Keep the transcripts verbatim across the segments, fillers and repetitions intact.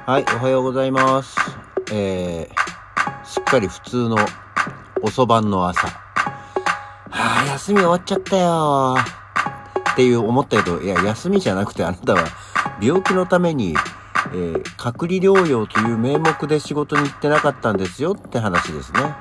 はい、おはようございます。えー、すっかり普通の遅番の朝。はぁ、休み終わっちゃったよーっていう思ったけど、いや、休みじゃなくてあなたは病気のために、えー、隔離療養という名目で仕事に行ってなかったんですよって話ですね。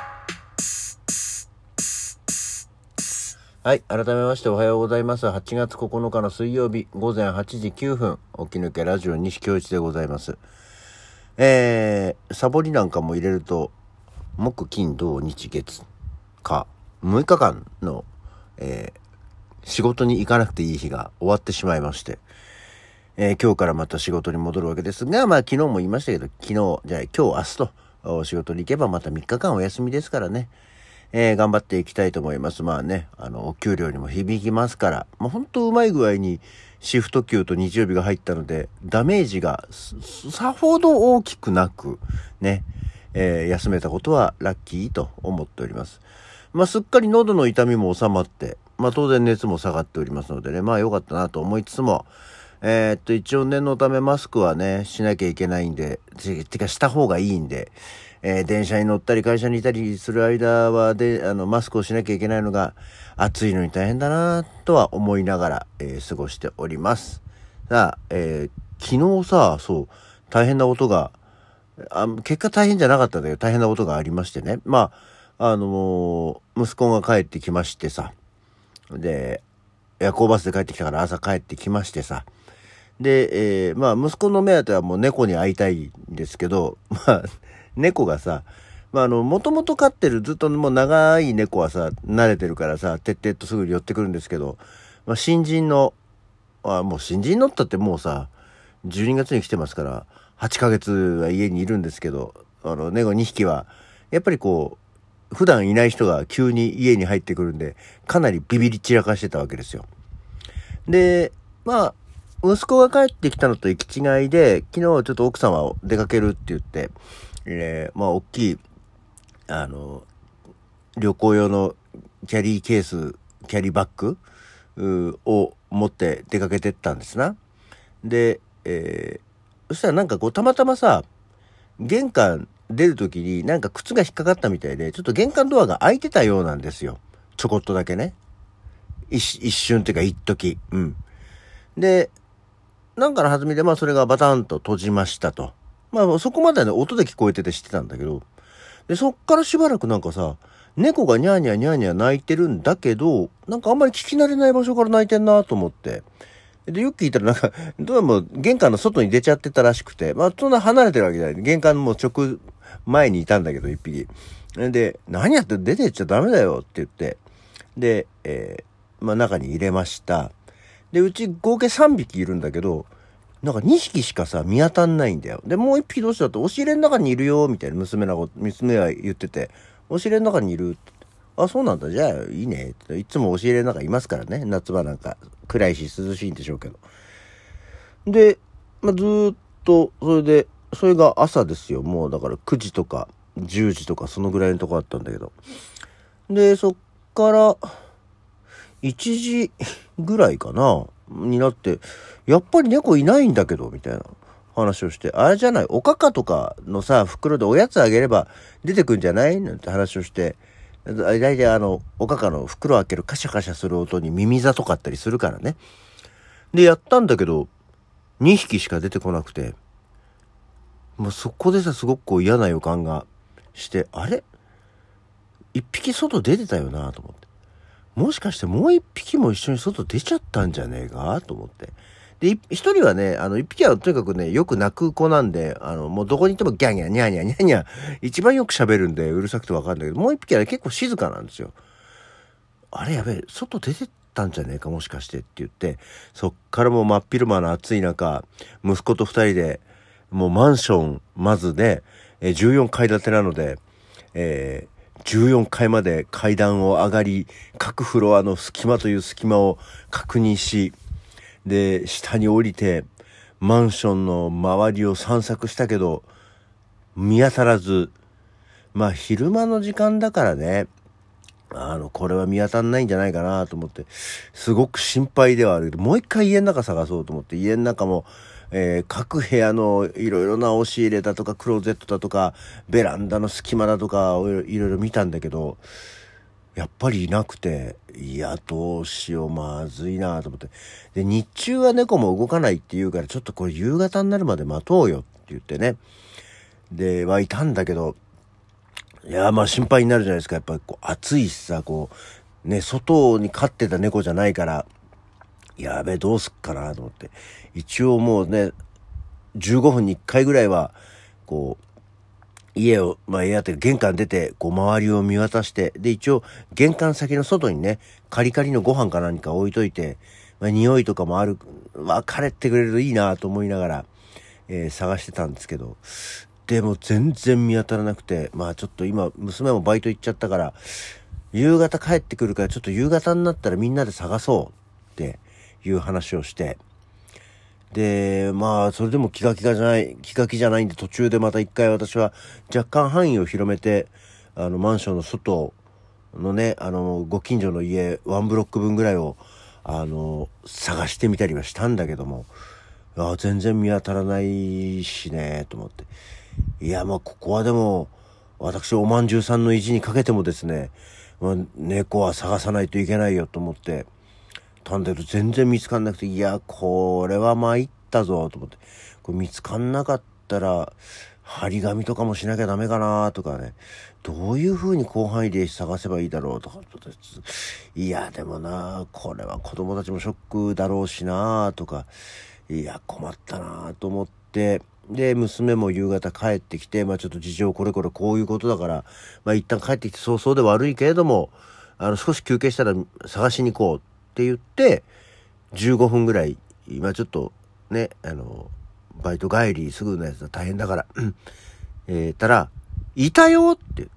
はい、改めましておはようございます。はちがつここのかの水曜日ごぜんはちじきゅうふん、起き抜けラジオ西京一でございます。えー、サボりなんかも入れると木金土日月かむいかかんの、えー、仕事に行かなくていい日が終わってしまいまして、えー、今日からまた仕事に戻るわけですが、まあ昨日も言いましたけど、昨日じゃあ今日明日と仕事に行けばまたみっかかんお休みですからね、えー、頑張っていきたいと思います。まあね、あのお給料にも響きますから、まあ本当うまい具合にシフト給と日曜日が入ったのでダメージがさほど大きくなくね、えー、休めたことはラッキーと思っております。まあすっかり喉の痛みも収まって、まあ当然熱も下がっておりますのでね、まあ良かったなと思いつつも、えー、っと一応念のためマスクはねしなきゃいけないんで、て, てかした方がいいんで、えー、電車に乗ったり会社にいたりする間はであのマスクをしなきゃいけないのが暑いのに大変だなとは思いながら、えー、過ごしております。さあ、えー、昨日さそう大変な音があ結果大変じゃなかったんだけど大変なことがありましてね、まああのー、息子が帰ってきましてさ、で夜行バスで帰ってきたから朝帰ってきましてさ、で、えー、まあ息子の目当てはもう猫に会いたいんですけど、まあ猫がさ、まああの元々飼ってるずっともう長い猫はさ慣れてるからさてってっとすぐに寄ってくるんですけど、まあ、新人のあもう新人のったってもうさじゅうにがつに来てますからはちかげつは家にいるんですけど、あの猫にひきはやっぱりこう普段いない人が急に家に入ってくるんでかなりビビり散らかしてたわけですよ。でまあ息子が帰ってきたのと行き違いで、昨日ちょっと奥さんは出かけるって言って、えー、まあ大きいあの旅行用のキャリーケースキャリーバッグを持って出かけてったんですな。で、えー、そしたらなんかこうたまたまさ玄関出るときになんか靴が引っかかったみたいでちょっと玄関ドアが開いてたようなんですよ。ちょこっとだけね、一, 一瞬っていうか一時うんでなんかの弾みでまあそれがバタンと閉じましたと。まあそこまではね音で聞こえてて知ってたんだけど、でそっからしばらくなんかさ猫がニャーニャーニャーニャー鳴いてるんだけど、なんかあんまり聞き慣れない場所から鳴いてんなと思って、でよく聞いたらなんかどうも玄関の外に出ちゃってたらしくて、まあそんな離れてるわけじゃない、玄関も直前にいたんだけど一匹で、何やって出てっちゃダメだよって言って、で、えー、まあ中に入れました。でうち合計さんびきいるんだけどなんかにひきしかさ見当たんないんだよ。でもういっぴきどうしたって押し入れの中にいるよみたいな娘のこと娘は言ってて、押し入れの中にいるって、あそうなんだじゃあいいねって、いつも押し入れの中いますからね、夏場なんか暗いし涼しいんでしょうけど。で、まあ、ずーっとそれでそれが朝ですよ。もうだからくじとかじゅうじとかそのぐらいのとこあったんだけど、でそっからいちじぐらいかなになって、やっぱり猫いないんだけどみたいな話をして、あれじゃないおかかとかのさ袋でおやつあげれば出てくんじゃないなんて話をして、だいたいあのおかかの袋開けるカシャカシャする音に耳ざとかったりするからね。でやったんだけどにひきしか出てこなくて、もうそこでさすごくこう嫌な予感がして、あれいっぴき外出てたよなと思って、もしかしてもう一匹も一緒に外出ちゃったんじゃねえかと思って。で、一人はね、あの、一匹はとにかくね、よく泣く子なんで、あの、もうどこに行ってもギャンギャン、ニャーニャー、ニャーニャー、一番よく喋るんで、うるさくてわかんないけど、もう一匹はね、結構静かなんですよ。あれやべえ、外出てったんじゃねえか、もしかしてって言って、そっからもう真っ昼間の暑い中、息子と二人で、もうマンション、まずね、じゅうよんかい建てなので、えー、じゅうよんかいまで階段を上がり、各フロアの隙間という隙間を確認し、で下に降りてマンションの周りを散策したけど見当たらず、まあ昼間の時間だからね、あのこれは見当たんないんじゃないかなと思ってすごく心配ではあるけど、もう一回家の中探そうと思って家の中もえー、各部屋のいろいろな押し入れだとかクローゼットだとかベランダの隙間だとかをいろいろ見たんだけど、やっぱりいなくて、いやどうしようまずいなと思って、で日中は猫も動かないって言うから、ちょっとこれ夕方になるまで待とうよって言ってね、ではいたんだけど、いやまあ心配になるじゃないですか。やっぱりこう暑いしさ、こうね外に飼ってた猫じゃないから、やべえどうすっかなと思って、一応もうねじゅうごふんにいっかいぐらいはこう家を、まあ部屋って玄関出てこう周りを見渡して、で一応玄関先の外にねカリカリのご飯か何か置いといて、まあ、匂いとかもある分かれてくれるといいなと思いながら、えー、探してたんですけど、でも全然見当たらなくて、まあちょっと今娘もバイト行っちゃったから夕方帰ってくるから、ちょっと夕方になったらみんなで探そうっていう話をして、でまあそれでも気が気がじゃない気が気じゃないんで、途中でまた一回私は若干範囲を広めて、あのマンションの外のね、あのご近所の家ワンブロック分ぐらいをあの探してみたりはしたんだけども、あ全然見当たらないしねと思って、いやまあここはでも私おまんじゅうさんの意地にかけてもですね、まあ、猫は探さないといけないよと思ってたんだけど、全然見つかんなくて、いやこれは参ったぞと思って、これ見つかんなかったら張り紙とかもしなきゃダメかなとかね、どういう風に広範囲で探せばいいだろうとか、いやでもなこれは子供たちもショックだろうしなとか、いや困ったなと思って、で娘も夕方帰ってきて、まあちょっと事情これこれこういうことだから、まあ一旦帰ってきて早々で悪いけれども、あの少し休憩したら探しに行こうって言ってじゅうごふんぐらい、今ちょっとねあのバイト帰りすぐのやつは大変だからえーたらいたよって言って、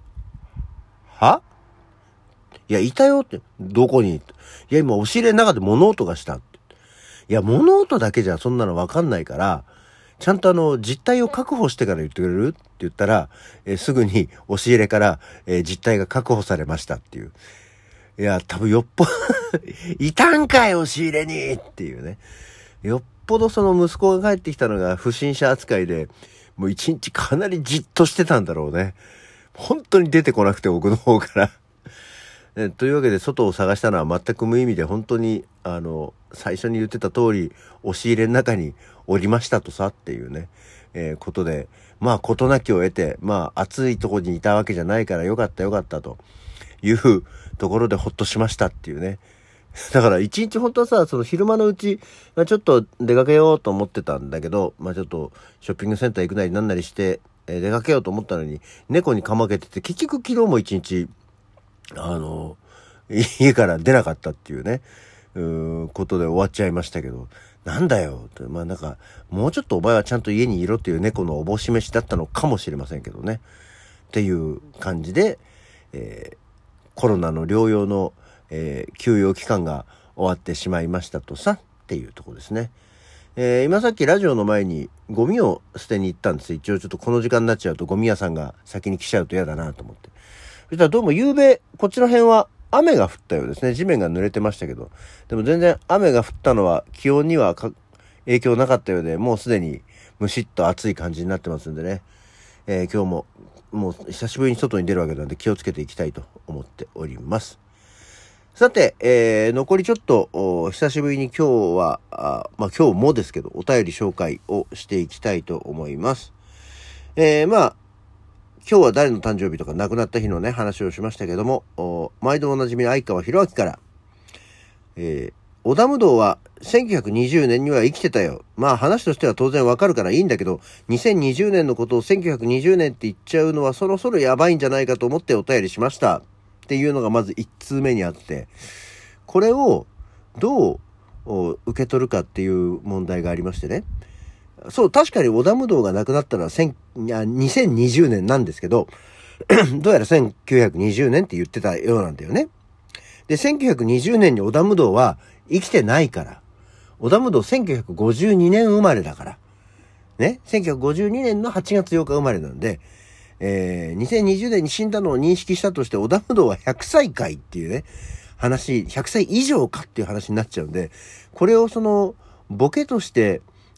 はいやいたよって、どこに、いや今押し入れの中で物音がしたって、いや物音だけじゃそんなの分かんないから、ちゃんとあの実態を確保してから言ってくれるって言ったら、えー、すぐに押し入れから、えー、実態が確保されましたっていう。いや多分よっぽいたんかい押し入れにっていうね、よっぽどその息子が帰ってきたのが不審者扱いで、もう一日かなりじっとしてたんだろうね。本当に出てこなくて僕の方からえというわけで外を探したのは全く無意味で、本当にあの最初に言ってた通り押し入れの中におりましたとさっていうね、えー、ことで、まあ事なきを得て、まあ暑いところにいたわけじゃないからよかったよかったというところでほっとしましたっていうね。だから一日本当はさ、その昼間のうち、まあ、ちょっと出かけようと思ってたんだけど、まあちょっとショッピングセンター行くなりなんなりして、えー、出かけようと思ったのに猫にかまけてて、結局昨日も一日あの家から出なかったっていうね、うーんことで終わっちゃいましたけど、なんだよって、まあなんかもうちょっとお前はちゃんと家にいろっていう猫のおぼし飯だったのかもしれませんけどね、っていう感じで、えー、コロナの療養の、えー、休養期間が終わってしまいましたとさっていうところですね。えー、今さっきラジオの前にゴミを捨てに行ったんです。一応ちょっとこの時間になっちゃうとゴミ屋さんが先に来ちゃうと嫌だなと思って。そしたらどうも夕べこっちの辺は雨が降ったようですね。地面が濡れてましたけど、でも全然雨が降ったのは気温にはか影響なかったようで、もうすでにムシッと暑い感じになってますんでね、えー、今日ももう久しぶりに外に出るわけなんで気をつけていきたいと思っております。さて、えー、残りちょっと久しぶりに今日はあまあ今日もですけどお便り紹介をしていきたいと思います。えー、まあ今日は誰の誕生日とか亡くなった日のね話をしましたけども、毎度おなじみの相川博明から、えー、織田無道はせんきゅうひゃくにじゅうねんには生きてたよ。まあ話としては当然わかるからいいんだけど、にせんにじゅうねんのことをせんきゅうひゃくにじゅうねんって言っちゃうのはそろそろやばいんじゃないかと思ってお便りしましたっていうのがまずいち通目にあって、これをどう受け取るかっていう問題がありましてね。そう、確かに織田無道が亡くなったのはにせんにじゅうねんなんですけど、どうやらせんきゅうひゃくにじゅうねんって言ってたようなんだよね。で、せんきゅうひゃくにじゅうねんに織田無道は生きてないから。織田無道せんきゅうひゃくごじゅうにねん生まれだから。ね。せんきゅうひゃくごじゅうにねんのはちがつようか生まれなんで、えー、にせんにじゅうねんに死んだのを認識したとして織田無道はひゃくさいかいっていうね、話、ひゃくさい以上かっていう話になっちゃうんで、これをその、ボケとして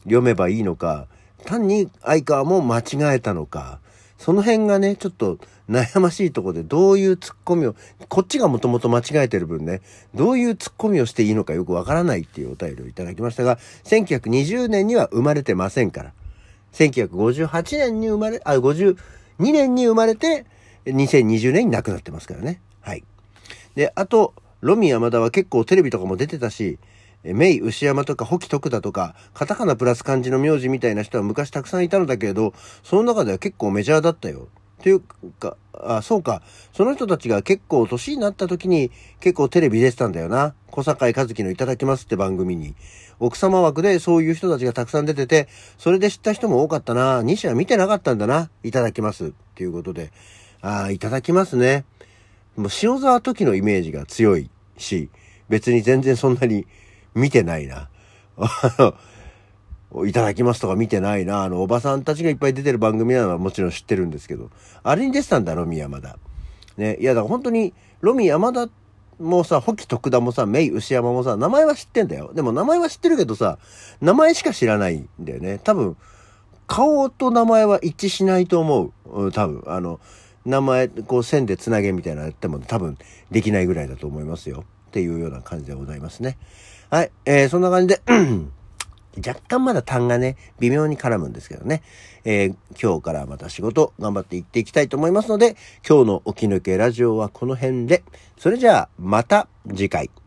読めばいいのか、単に相川も間違えたのか、その辺がね、ちょっと悩ましいところで、どういうツッコミを、こっちがもともと間違えてる分ね、どういうツッコミをしていいのかよくわからないっていうお便りをいただきましたが、せんきゅうひゃくにじゅうねんには生まれてませんから。せんきゅうひゃくごじゅうはちねんに生まれ、あ、ごじゅうにねんに生まれて、にせんにじゅうねんに亡くなってますからね。はい。で、あと、ロミ山田は結構テレビとかも出てたし、メイ、牛山とか、ホキ徳田とか、カタカナプラス漢字の名字みたいな人は昔たくさんいたのだけれど、その中では結構メジャーだったよ。っていうか、あ、そうか。その人たちが結構年になった時に結構テレビ出てたんだよな。小坂井和樹のいただきますって番組に。奥様枠でそういう人たちがたくさん出てて、それで知った人も多かったな。西は見てなかったんだな。いただきます。っていうことで。ああ、いただきますね。もう塩沢時のイメージが強いし、別に全然そんなに見てないな。いただきますとか見てないな。あの、おばさんたちがいっぱい出てる番組なのはもちろん知ってるんですけど。あれに出てたんだ、ロミ山田。ね。いや、だから本当に、ロミ山田もさ、ホキ徳田もさ、メイ牛山もさ、名前は知ってんだよ。でも名前は知ってるけどさ、名前しか知らないんだよね。多分、顔と名前は一致しないと思う。うん、多分、あの、名前、こう線でつなげみたいなのやっても多分できないぐらいだと思いますよ。っていうような感じでございますね。はい。えー、そんな感じで、若干まだ単がね、微妙に絡むんですけどね。えー、今日からまた仕事頑張っていっていきたいと思いますので、今日の起き抜けラジオはこの辺で、それじゃあまた次回。